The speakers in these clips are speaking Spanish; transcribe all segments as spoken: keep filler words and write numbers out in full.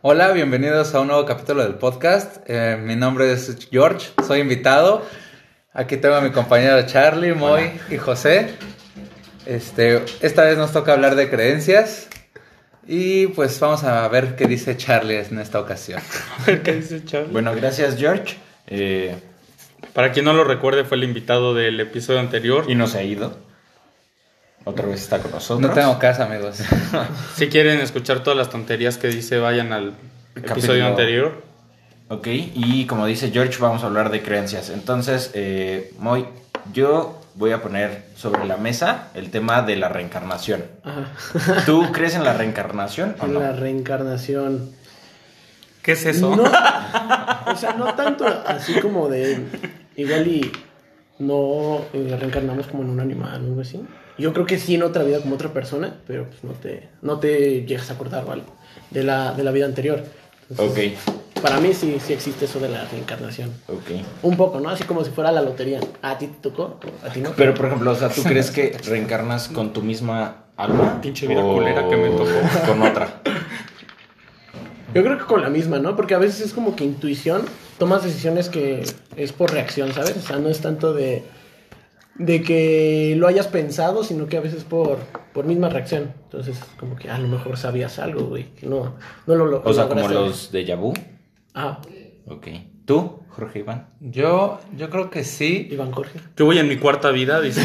Hola, bienvenidos a un nuevo capítulo del podcast. Eh, mi nombre es George, soy invitado. Aquí tengo a mi compañero Charlie, Moy Hola. y José. Este, esta vez nos toca hablar de creencias. Y pues vamos a ver qué dice Charlie en esta ocasión. A ver qué dice Charlie. Bueno, gracias George. Eh, Para quien no lo recuerde, fue el invitado del episodio anterior. Y no se ha ido. Otra vez está con nosotros. No tengo casa, amigos. Si quieren escuchar todas las tonterías que dice, vayan al Capítulo. episodio anterior. Ok, y como dice George, vamos a hablar de creencias. Entonces, eh, Moy, yo voy a poner sobre la mesa el tema de la reencarnación. Ajá. ¿Tú crees en la reencarnación o no? La reencarnación. ¿Qué es eso? No, o sea, no tanto así como de igual y no eh, reencarnamos como en un animal o algo así. Yo creo que sí en otra vida como otra persona, pero pues no te, no te llegas a acordar o algo de la, de la vida anterior. Entonces, ok. Para mí sí, sí existe eso de la reencarnación. Ok. Un poco, ¿no? Así como si fuera la lotería. ¿A ti te tocó? ¿A ti no? Pero, por ejemplo, o sea, ¿tú crees que reencarnas con tu misma alma? Pinche vida culera que me tocó. Con otra. Yo creo que con la misma, ¿no? Porque a veces es como que intuición, tomas decisiones que es por reacción, ¿sabes? O sea, no es tanto de, de que lo hayas pensado, sino que a veces por, por misma reacción. Entonces, como que a lo mejor sabías algo, güey, que no, no lo lo O sea, como lograste. los déjà vu. Ah, Ok. ¿Tú, Jorge Iván? Yo, yo creo que sí, Iván Jorge. Yo voy en mi cuarta vida, dice.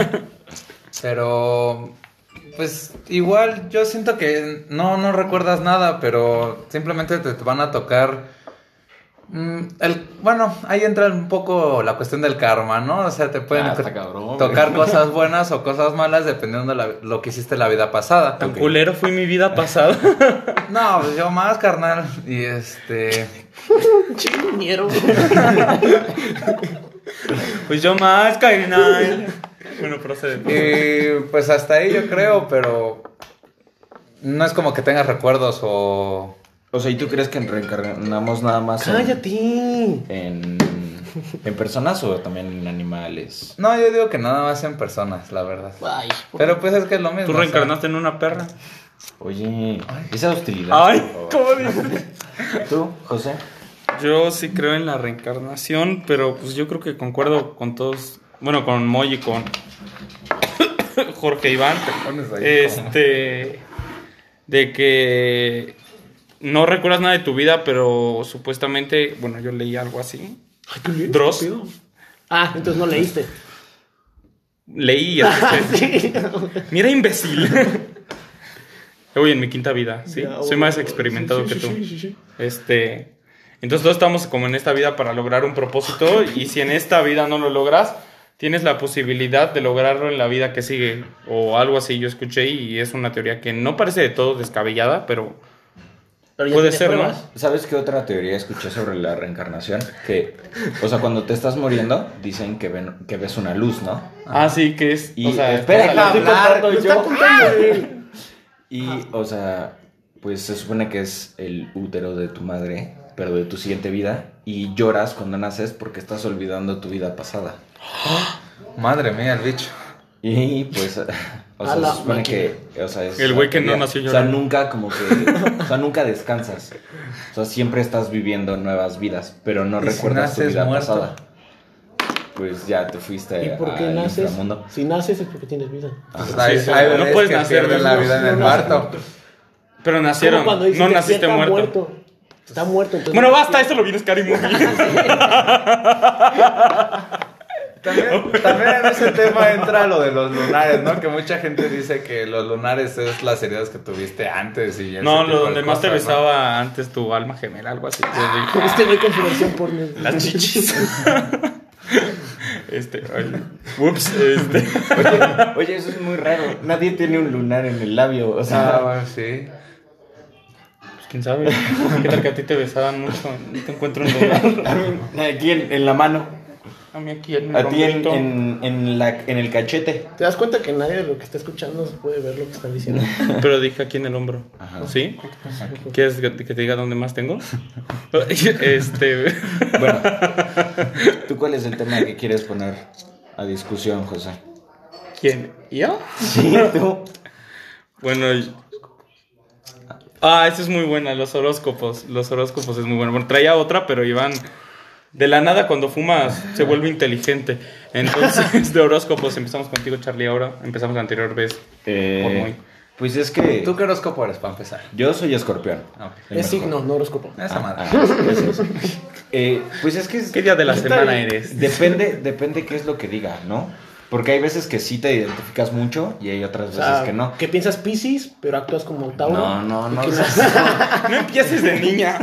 pero pues igual yo siento que no, no recuerdas nada, pero simplemente te, te van a tocar. mm, el, bueno, ahí entra un poco la cuestión del karma, ¿no? O sea, te pueden Ah, to- está cabrón, tocar güey. cosas buenas o cosas malas dependiendo de la- lo que hiciste la vida pasada. Tan Ok. culero fue mi vida pasada. No, pues yo más, carnal. Y este. Chingüero. Pues yo más, carnal. Bueno, procede. Y pues hasta ahí yo creo, pero no es como que tengas recuerdos o. O sea, ¿y tú crees que reencarnamos nada más en, ¡Cállate! en, en personas o también en animales? No, yo digo que nada más en personas, la verdad. Ay, Pero pues es que es lo mismo. ¿Tú o sea. reencarnaste en una perra? Oye, esa hostilidad. Ay, por favor. ¿cómo dices? ¿Tú, José? Yo sí creo en la reencarnación, pero pues yo creo que concuerdo con todos, bueno, con Moy y con Jorge Iván, Pones ahí este, de que no recuerdas nada de tu vida, pero supuestamente, bueno, yo leí algo así. Ay, ¿tú lees? Dross. ¿Qué pedo? Ah, entonces no leíste. Leí, Sí. mira imbécil. Yo voy en mi quinta vida, sí, Ya, soy más oh, experimentado sí, que sí, tú. sí, sí, sí. Este, entonces todos estamos como en esta vida para lograr un propósito y si en esta vida no lo logras, tienes la posibilidad de lograrlo en la vida que sigue o algo así. Yo escuché y es una teoría que no parece de todo descabellada, pero Pero ya puede tienes ser, ¿no? pruebas. ¿Sabes qué otra teoría escuché sobre la reencarnación? Que, o sea, cuando te estás muriendo, dicen que, ven, que ves una luz, ¿no? Ah, sí, que es, Y o sea, espera, la- estoy contando Lo está yo. contando él. Y, o sea, pues se supone que es el útero de tu madre, pero de tu siguiente vida, y lloras cuando naces porque estás olvidando tu vida pasada. Madre mía, el bicho. Y pues, o A sea, la se supone máquina. que, o sea, es El la güey que no teoría. nació O sea, llorando. nunca como que, o sea, nunca descansas. O sea, siempre estás viviendo nuevas vidas, pero no ¿Y si recuerdas tu naces vida muerto? pasada. Pues ya te fuiste ¿Y por qué al naces? inframundo. Si naces es porque tienes vida. Pues hay, sí, hay no bebés puedes que nacer, pierden ¿no? la vida en el No parto. pero nacieron, Como cuando dicen no que naciste está muerto. Está muerto. Entonces Bueno, basta, esto lo vienes caro y muy bien. También, también en ese tema entra lo de los lunares, ¿no? Que mucha gente dice que los lunares es las heridas que tuviste antes y ese No, tipo lo de donde más te cosas, ¿no? besaba antes tu alma gemela, algo así. Este güey con su versión porno. Las chichis. Este, ay, ups, este. Oye, oye, eso es muy raro. Nadie tiene un lunar en el labio, o sea. Ah, bueno, sí. Pues, quién sabe. ¿Qué tal que a ti te besaban mucho? No te encuentro en lugar. A mí, aquí en, en la mano. A mí aquí en mi A ti en, romperito. en, en, la, en el cachete. ¿Te das cuenta que nadie de lo que está escuchando se puede ver lo que están diciendo? Pero dije aquí en el hombro. Ajá. ¿Sí? ¿Quieres que que te diga dónde más tengo? Este. Bueno, ¿tú cuál es el tema que quieres poner a discusión, José? ¿Quién? ¿Yo? Sí, tú. Bueno, Ah, esa es muy buena, los horóscopos. Los horóscopos es muy bueno. Bueno, traía otra, pero Iván, de la nada cuando fumas se vuelve inteligente. Entonces, de horóscopos, empezamos contigo, Charlie, ahora. Empezamos la anterior vez. Eh, Por muy. Pues es que ¿Tú qué horóscopo eres para empezar? yo soy escorpión. Ah, ok. El Es mejor. signo, no horóscopo. Esa madre. Ah, eso es. Eh, pues es que es- ¿Qué día de la Está semana bien. eres? depende, depende qué es lo que diga, ¿no? Porque hay veces que sí te identificas mucho y hay otras O veces sea, que no. que piensas Piscis, pero actúas como Tauro. No, no, no. ¿Y qué o sea, más? No empieces de niña.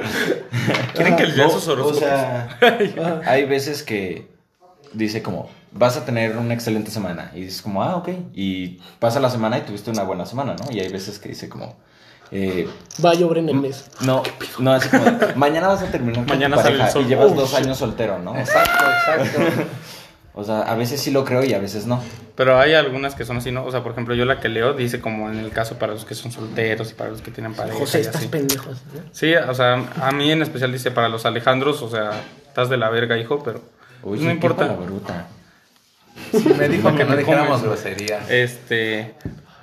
¿Quieren que les lea no, sus o horóscopos? sea, Ajá. hay veces que dice como, vas a tener una excelente semana. Y dices como, ah, ok. Y pasa la semana y tuviste una buena semana, ¿no? Y hay veces que dice como, eh, Va a llover en el mes. no, no, así como, mañana vas a terminar con Mañana tu sale el pareja sol. y llevas Oh, dos shit. años soltero, ¿no? Exacto, exacto. O sea, a veces sí lo creo y a veces no. Pero hay algunas que son así, ¿no? O sea, por ejemplo, yo la que leo dice como en el caso para los que son solteros y para los que tienen pareja José, y estás así. pendejo. ¿no? Sí, o sea, a mí en especial dice para los Alejandros, o sea, estás de la verga, hijo, pero Oye, no qué importa. palabruta. Sí, me dijo que no ¿Cómo dijéramos es? grosería. Este,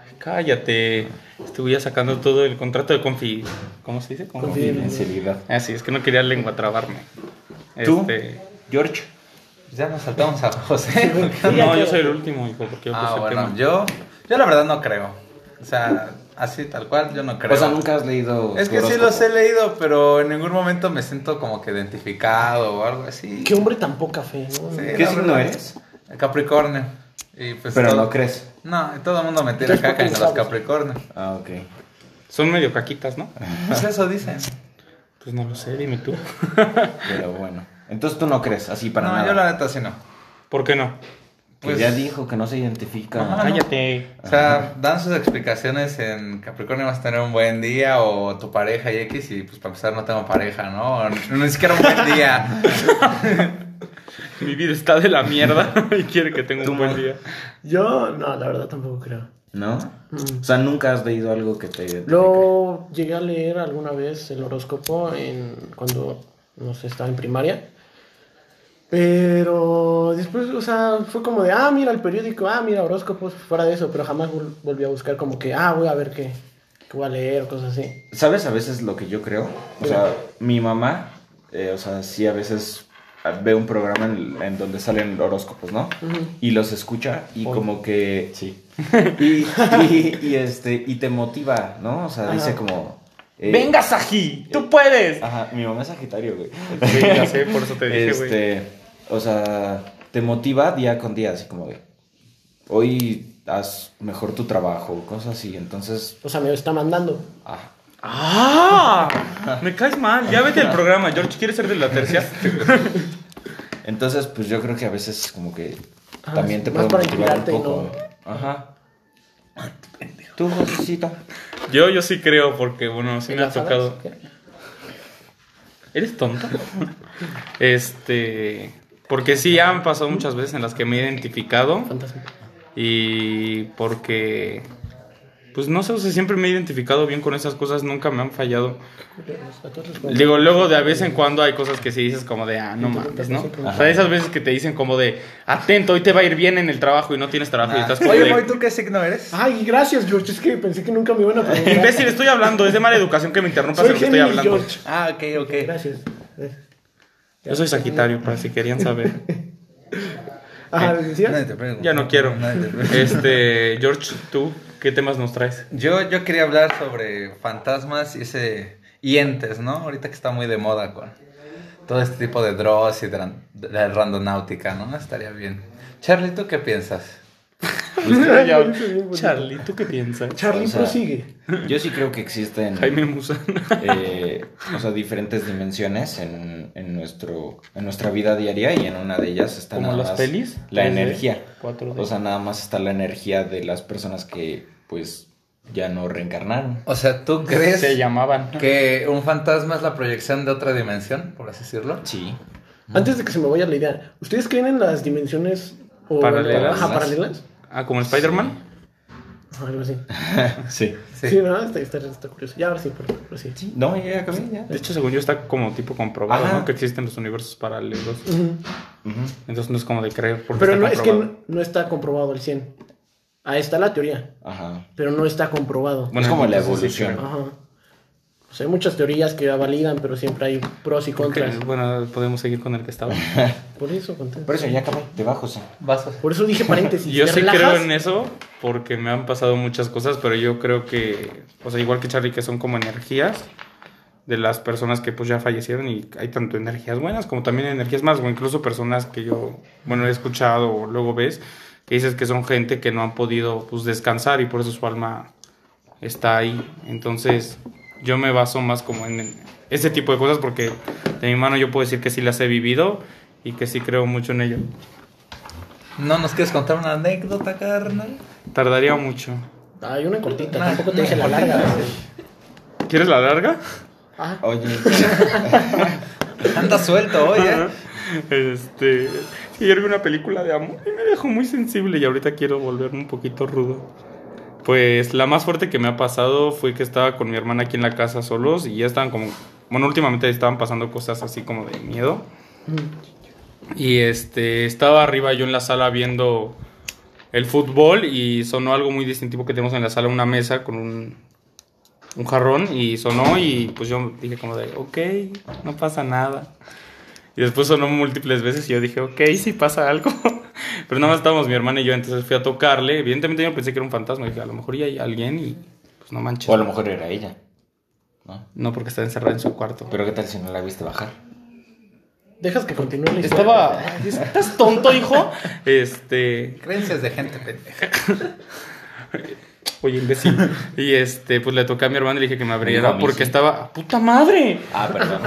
cállate. Estuve sacando todo el contrato de confi... ¿Cómo se dice? Como- Confidencialidad. Ah, sí, es que no quería lengua trabarme. ¿Tú? Este... George. Ya nos saltamos a José. ¿por qué Sí, ya No, yo queda. soy el último, hijo, porque yo Ah, puse el bueno, tema. yo, yo la verdad no creo. O sea, así tal cual, yo no creo. O sea, nunca has leído. Es tu que sí horóscopo? los he leído, pero en ningún momento me siento como que identificado o algo así. Qué hombre tan poca fe, ¿no? Sí, ¿Qué la signo verdad. eres? Capricornio. Y pues Pero todo- no crees. No, y todo el mundo me tira Entonces, ¿por caca qué en lo los sabes? Capricornios. Ah, ok. Son medio caquitas, ¿no? Pues eso dicen. Pues no lo sé, dime tú. Pero bueno. Entonces tú no crees, así para no, nada. yo la neta sí no. ¿Por qué no? Que Pues- ya dijo que no se identifica. Ajá. Cállate. O sea, dan sus explicaciones en Capricornio vas a tener un buen día o tu pareja y X y pues para empezar no tengo pareja, ¿no? O ni siquiera un buen día. Mi vida está de la mierda y quiere que tenga Tú, un buen Mo. día. Yo, no, la verdad tampoco creo. ¿No? Mm. O sea, nunca has leído algo que te identifique. Lo llegué a leer alguna vez el horóscopo en, cuando, no sé, estaba en primaria. Pero después, o sea, fue como de, ah, mira el periódico, ah, mira horóscopos, fuera de eso, pero jamás vol- volví a buscar como que, ah, voy a ver qué, qué voy a leer o cosas así. ¿Sabes a veces lo que yo creo? O sea, mi mamá, eh, o sea, sí a veces ve un programa en, en donde salen horóscopos, ¿no? Ujú. Y los escucha y Oye. como que... Sí. Y, y, y, este, y te motiva, ¿no? O sea, Ajá. dice como... eh, ¡Venga, Saji! ¡Tú puedes! Ajá, mi mamá es Sagitario, güey. Sí, ya sé, por eso te dije, güey. Este, o sea, te motiva día con día, así como de... Hoy haz mejor tu trabajo, cosas así. Entonces, O sea, me lo está mandando. ah, ¡Ah! Me caes mal. Ya vete al programa, George. ¿Quieres ser de la tercia? entonces, pues yo creo que a veces como que Ah, también te más puede para motivar un inspirarte, poco. Ajá. Tú, Josecito. Yo, yo sí creo, porque, bueno, sí ¿En me ha las hadas? tocado. ¿Qué? ¿Eres tonto? Este. Porque sí, ya me han pasado muchas veces en las que me he identificado. Fantasma. Y porque. Pues no sé, o sea, siempre me he identificado bien con esas cosas, nunca me han fallado. A todos les cuento. Digo, luego de vez en cuando hay cosas que sí dices como de, ah, no mames, ¿no? O sea, esas veces que te dicen como de, atento, hoy te va a ir bien en el trabajo y no tienes trabajo y estás como Oye, de, Moy, ¿tú qué signo eres? Ay, gracias, George. Es que pensé que nunca me iban a preguntar. imbécil, estoy hablando, es de mala educación que me interrumpas en Soy lo que estoy Géminis, hablando. George. Ah, ok, ok. Gracias. Gracias. Yo soy Sagitario, para si querían saber. Ajá, ¿decías? Nadie te pregunta. Ya no quiero. Nadie te pregunta. Este, George, ¿tú qué temas nos traes? Yo, yo quería hablar sobre fantasmas y ese y entes, ¿no? Ahorita que está muy de moda con todo este tipo de dross y de, ran- de randonáutica, ¿no? Estaría bien. Charlie, ¿tú qué piensas? Charlie, ¿tú qué piensas? Charlie O sea, prosigue. Yo sí creo que existen Jaime Musa. eh, o sea, diferentes dimensiones en, en, nuestro, en nuestra vida diaria y en una de ellas está ¿Como nada las más pelis? la tres D, energía. cuatro D. O sea, nada más está la energía de las personas que pues ya no reencarnaron. O sea, ¿tú crees Se llamaban. que un fantasma es la proyección de otra dimensión, por así decirlo? Sí. Antes de que se me vaya la idea, ¿ustedes creen en las dimensiones o Paralelas. Ajá, paralelas? Ah, ¿como Spider-Man? Ajá, algo así. Sí. Sí. Sí, no, está, está, está curioso. Ya, ahora sí, pero, pero sí. No, ya acabé, ya. De hecho, según yo, está como tipo comprobado, Ajá. ¿no? Que existen los universos paralelos. Ujú. Ujú. Entonces no es como de creer porque Pero está no, es que comprobado. no, no está comprobado al cien. Ahí está la teoría, Ajá. pero no está comprobado. Bueno, es como la entonces sí evolución. creo. Ajá. pues hay muchas teorías que la validan, pero siempre hay pros y contras. Ok, bueno, podemos seguir con el que estaba. Por eso, contento. Por eso ya acabé, te bajo, José. Vas, José. Por eso dije paréntesis. Yo ¿te sí relajas? creo en eso porque me han pasado muchas cosas, pero yo creo que, o sea, igual que Charlie, que son como energías de las personas que pues ya fallecieron y hay tanto energías buenas como también energías malas, o incluso personas que yo, bueno, he escuchado o luego ves que dices que son gente que no han podido pues descansar y por eso su alma está ahí. Entonces yo me baso más como en ese tipo de cosas porque de mi mano yo puedo decir que sí las he vivido y que sí creo mucho en ello. ¿No nos quieres contar una anécdota, carnal? Tardaría mucho. Hay una cortita, Una- tampoco te una dije la cortita. larga. ¿Quieres la larga? Ah, Oye, Anda suelto hoy, ¿eh? Este, ayer vi una película de amor y me dejó muy sensible y ahorita quiero volverme un poquito rudo. Pues la más fuerte que me ha pasado fue que estaba con mi hermana aquí en la casa solos y ya estaban como, bueno, últimamente estaban pasando cosas así como de miedo. Y este, estaba arriba yo en la sala viendo el fútbol y sonó algo muy distintivo que tenemos en la sala, una mesa con un, un jarrón y sonó y pues yo dije como de, ok, no pasa nada. Y después sonó múltiples veces y yo dije, ok, sí pasa algo. Pero nada más estábamos mi hermana y yo, entonces fui a tocarle. Evidentemente yo pensé que era un fantasma. Dije, a lo mejor ya hay alguien y pues no manches. o a lo mejor era ella, ¿no? No, porque está encerrada en su cuarto. Pero ¿qué tal si no la viste bajar? dejas que continúe la historia. Estaba... ¿Estás tonto, hijo? Este... Creencias de gente pendeja. Oye, imbécil. Y este, pues le toqué a mi hermano y le dije que me abriera a mí porque sí. estaba... ¡Puta madre! Ah, perdón.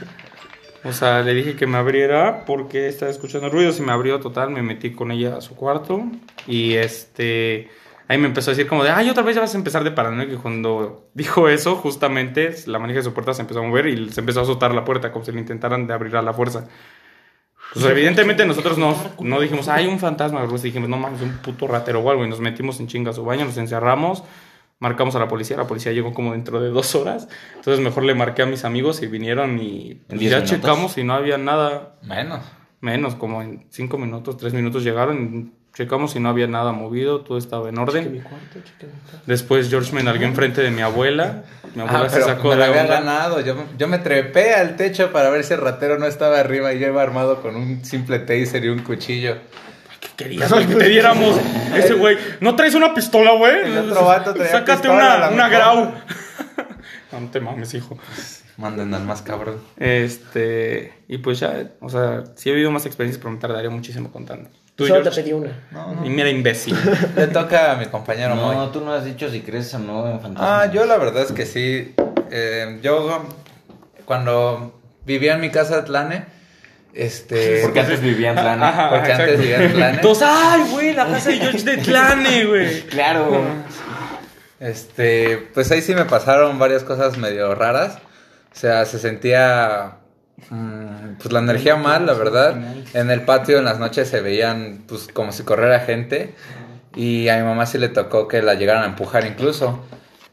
O sea, le dije que me abriera porque estaba escuchando ruidos y me abrió total, me metí con ella a su cuarto y este, ahí me empezó a decir como de, ay, otra vez ya vas a empezar de paranoico y cuando dijo eso, justamente la manija de su puerta se empezó a mover y se empezó a azotar la puerta como si le intentaran de abrir a la fuerza. Pues evidentemente nosotros no, no dijimos, ay, un fantasma, pues dijimos, no mames, un puto ratero o algo y nos metimos en chinga a su baño, nos encerramos. Marcamos a la policía, la policía llegó como dentro de dos horas. Entonces mejor le marqué a mis amigos y vinieron y pues, diez ya minutos? checamos y no había nada. Menos. Menos, como en cinco minutos, tres minutos llegaron. Checamos y no había nada movido, todo estaba en Cheque mi orden. cuarto, cheque mi cuarto. Después George me nalgué enfrente de mi abuela. Mi abuela Ah, se pero sacó me de la había onda. ganado. Yo, yo me trepé al techo para ver si el ratero no estaba arriba y yo iba armado con un simple taser y un cuchillo. ¿Qué querías güey, que te diéramos? Ese güey, ¿no traes una pistola, güey? El otro vato traía Sácate pistola, a una, lo una mejor. grau. No, no te mames, hijo. Manden al más cabrón. Este, y pues ya, o sea, sí he vivido más experiencias, pero me tardaría muchísimo contando. ¿Tú, Solo te George? pedí una. No, no. Y mira, imbécil. Le toca a mi compañero No, Moy. tú no has dicho si crees o no en fantasmas. Ah, yo la verdad es que sí. Eh, yo cuando vivía en mi casa de Tlane, este... Porque antes vivía en plan. Ajá, porque exacto. antes vivía en Tlane. Entonces, ay, güey, la casa de George de Tlane, güey. Claro. Este, pues ahí sí me pasaron varias cosas medio raras. O sea, se sentía mm, pues la energía mal, la verdad. En el patio en las noches se veían pues como si corriera gente. Y a mi mamá sí le tocó que la llegaran a empujar incluso.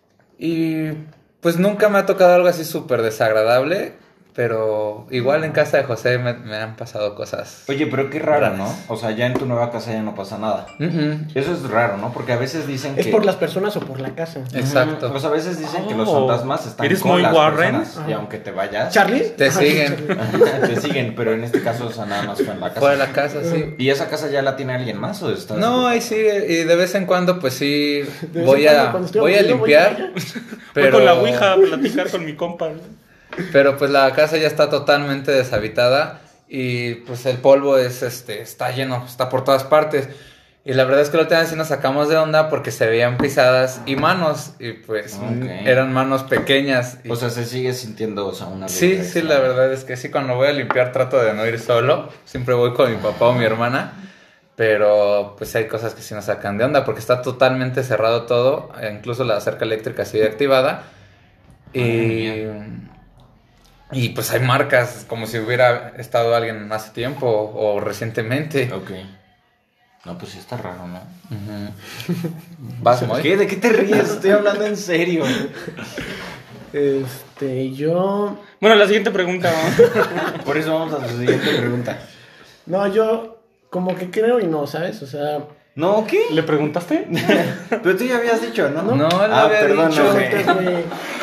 Y pues nunca me ha tocado algo así súper desagradable. Pero igual en casa de José me, me han pasado cosas. Oye, pero qué raro, ¿no? O sea, ya en tu nueva casa ya no pasa nada. Ujú. Eso es raro, ¿no? Porque a veces dicen ¿Es que... por las personas o por la casa? Exacto. Pues a veces dicen que los Oh. fantasmas están ¿Eres con muy las Warren? personas. Y aunque te vayas... ¿Charlie? Te Ajá, siguen. Charlie. te siguen, pero en este caso, o sea, nada más fue en la casa. Fue de la casa, sí. ¿Y esa casa ya la tiene alguien más o estás...? No, ahí sigue, y de vez en cuando pues sí vez voy en cuando, a cuando estoy voy a aburrido, voy a limpiar, Voy pero con la ouija a platicar con mi compa. pero pues la casa ya está totalmente deshabitada y pues el polvo es este está lleno, está por todas partes. Y la verdad es que la última vez sí nos sacamos de onda porque se veían pisadas y manos y pues Ok. eran manos pequeñas. Y- O sea, se sigue sintiendo, o sea, una... sí, vibra sí, extraña. la verdad es que sí, cuando voy a limpiar trato de no ir solo, siempre voy con mi papá o mi hermana. Pero pues hay cosas que sí nos sacan de onda porque está totalmente cerrado todo, e incluso la cerca eléctrica sigue activada. Y, y pues hay marcas como si hubiera estado alguien hace tiempo o recientemente. Ok. No, pues sí está raro, ¿no? Ujú. ¿Vas, Moy? ¿Qué? ¿De qué te ríes? Estoy hablando en serio. Este, yo... Bueno, la siguiente pregunta, ¿no? Por eso vamos a la siguiente pregunta. No, yo como que creo y no, ¿sabes? O sea... ¿No? ¿Qué? ¿Le preguntaste? Pero tú ya habías dicho, ¿no? No, él ah, había perdón, dicho. no, Entonces, güey. güey,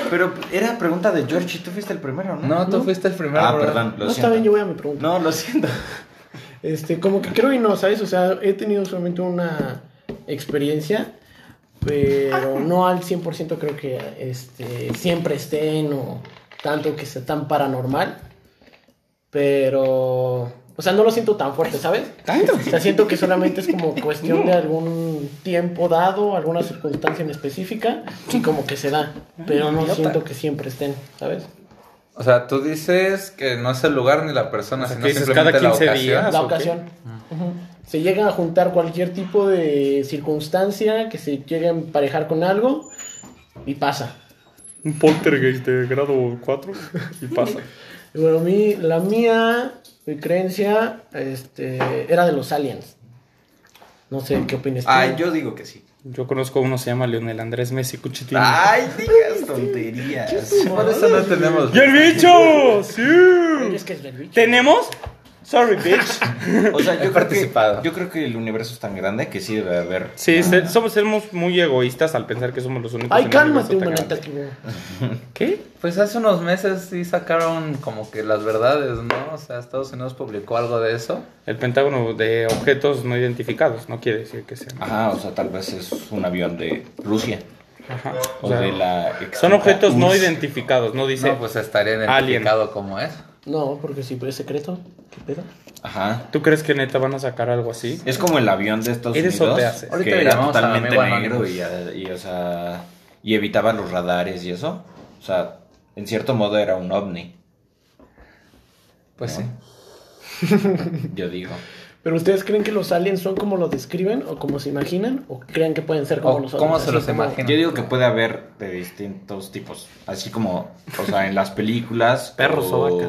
Pero era pregunta de George y tú fuiste el primero, ¿no? No, tú ¿No? fuiste el primero. Ah, ¿verdad? perdón, lo No, siento. está bien, yo voy a mi pregunta. No, lo siento. Este, como que creo y no, ¿sabes? O sea, he tenido solamente una experiencia, pero no al cien por ciento creo que este, siempre estén o tanto que sea tan paranormal. Pero, o sea, no lo siento tan fuerte, ¿sabes? O sea, siento que solamente es como cuestión de algún tiempo dado, alguna circunstancia en específica, y como que se da. Pero no siento que siempre estén, ¿sabes? O sea, tú dices que no es el lugar ni la persona, O sea, sino que dices simplemente cada quince la ocasión. días. La ¿o qué? ocasión. Ujú. Se llega a juntar cualquier tipo de circunstancia que se llegue a emparejar con algo y pasa. Un poltergeist de grado cuatro y pasa. Y bueno, mi, la mía, mi creencia, este, era de los aliens. No sé qué opinas tú. Ay, yo digo que sí. Yo conozco uno, se llama Leonel Andrés Messi Cuchitini. Ay, digas tonterías. Por eso no tenemos. ¡Y el bicho! ¡Sí! Es que es del bicho. ¿Tenemos? Sorry, bitch. O sea, He yo creo, participado. que, yo creo que el universo es tan grande que sí debe haber. Sí, se- somos, somos muy egoístas al pensar que somos los únicos. Ay, en el cálmate, universo un tan momento grande. aquí. ¿Qué? Pues hace unos meses sí sacaron como que las verdades, ¿no? O sea, Estados Unidos publicó algo de eso. El Pentágono de objetos no identificados, no quiere decir que sean. Ajá, o sea, tal vez es un avión de Rusia. Ajá. O, O sea, de la. son objetos no U R S S. identificados, no dice. No, pues estaría identificado como es. No, porque si es secreto, ¿qué pedo? Ajá. ¿Tú crees que neta van a sacar algo así? Es como el avión de Estados ¿Eres o Unidos. te haces? Ahorita Que le era llamamos al totalmente amigo negro Anonymous. y, y, o sea, y evitaba los radares y eso. O sea, en cierto modo era un ovni, Pues ¿no? sí. Yo digo. ¿Pero ustedes creen que los aliens son como lo describen o como se imaginan? ¿O creen que pueden ser como O nosotros? cómo se así los como- imaginan. Yo digo que puede haber de distintos tipos. Así como, o sea, en las películas. Perros o vacas.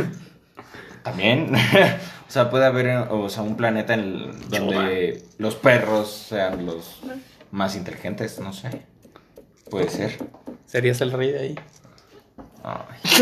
También. O sea, puede haber, o sea, un planeta en el- donde los perros sean los más inteligentes, no sé. Puede ser. ¿Serías el rey de ahí? Ay.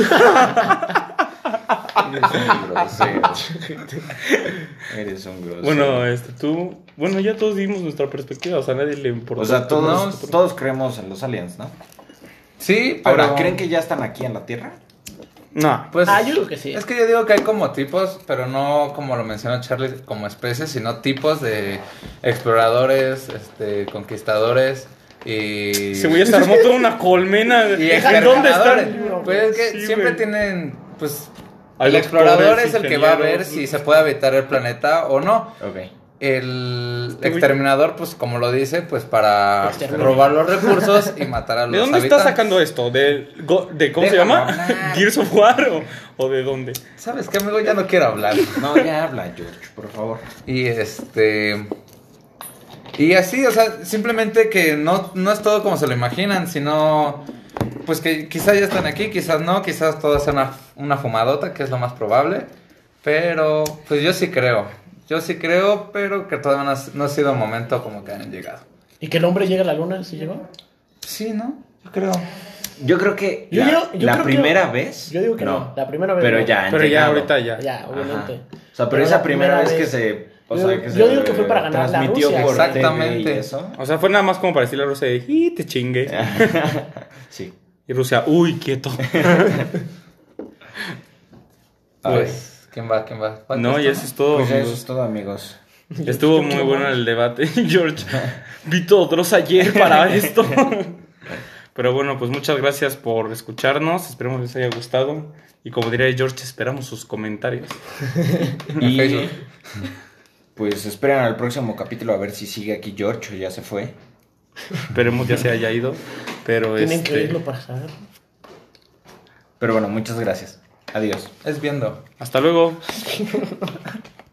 Eres un grosero. Eres un grosero. Bueno, este, tú... Bueno, ya todos dimos nuestra perspectiva, o sea, a nadie le importa. o sea, todos, No, todos creemos en los aliens, ¿no? Sí, pero... Ahora, ¿creen que ya están aquí en la Tierra? No. Pues, Ah, yo creo que sí. Es que yo digo que hay como tipos, pero no como lo mencionó Charlie, como especies, sino tipos de exploradores, este, conquistadores y... Se güey se armó toda una colmena. y ¿En dónde exterminadores. están? Pues es que Sí, siempre güey. tienen, pues... Hay el doctores, explorador es el que va a ver ingenieros. si se puede habitar el planeta o no. Ok. El Este güey- exterminador, pues como lo dice, pues para Exterminar. robar los recursos y matar a los ¿De dónde habitantes. estás sacando esto? ¿De, go- de cómo se Déjame llama? hablar. ¿Gears of War o, o de dónde? ¿Sabes qué, amigo? Ya no quiero hablar. No, ya habla, George, por favor. Y este... Y así, o sea, simplemente que no, no es todo como se lo imaginan, sino... Pues que quizás ya están aquí, quizás no, quizás todo sea una, una fumadota, que es lo más probable. Pero, pues yo sí creo. Yo sí creo, pero que todavía no ha, no ha sido el momento como que han llegado. ¿Y que el hombre llega a la luna? ¿Sí llegó? Sí, ¿no? Yo creo. Yo creo que Yo la, digo- yo la creo que- primera vez. Yo digo que no. La primera vez Pero no. ya han Pero ya llegado. ahorita ya. Ya, obviamente. Ajá. O sea, pero, esa la primera, vez que se. O Yo- sea, que yo se digo que fue para ganar la transmitió Rusia. por Exactamente. T V y eso. O sea, fue nada más como para decirle a Rusia de, "Y te chingue". Sí. Y Rusia, uy, quieto. Pues, ¿quién va? ¿Quién va? ¿Cuál No, es y tu, eso es todo. Pues eso amigos. es todo, amigos. Estuvo muy bueno el debate, George. Vi todos ayer para esto. Pero bueno, pues muchas gracias por escucharnos. Esperemos les haya gustado. Y como diría George, esperamos sus comentarios. Y Facebook. pues esperen al próximo capítulo a ver si sigue aquí George o ya se fue. Esperemos ya se haya ido. Pero Tienen este, que oírlo para saber. Pero bueno, muchas gracias. Adiós. Es viendo. hasta luego.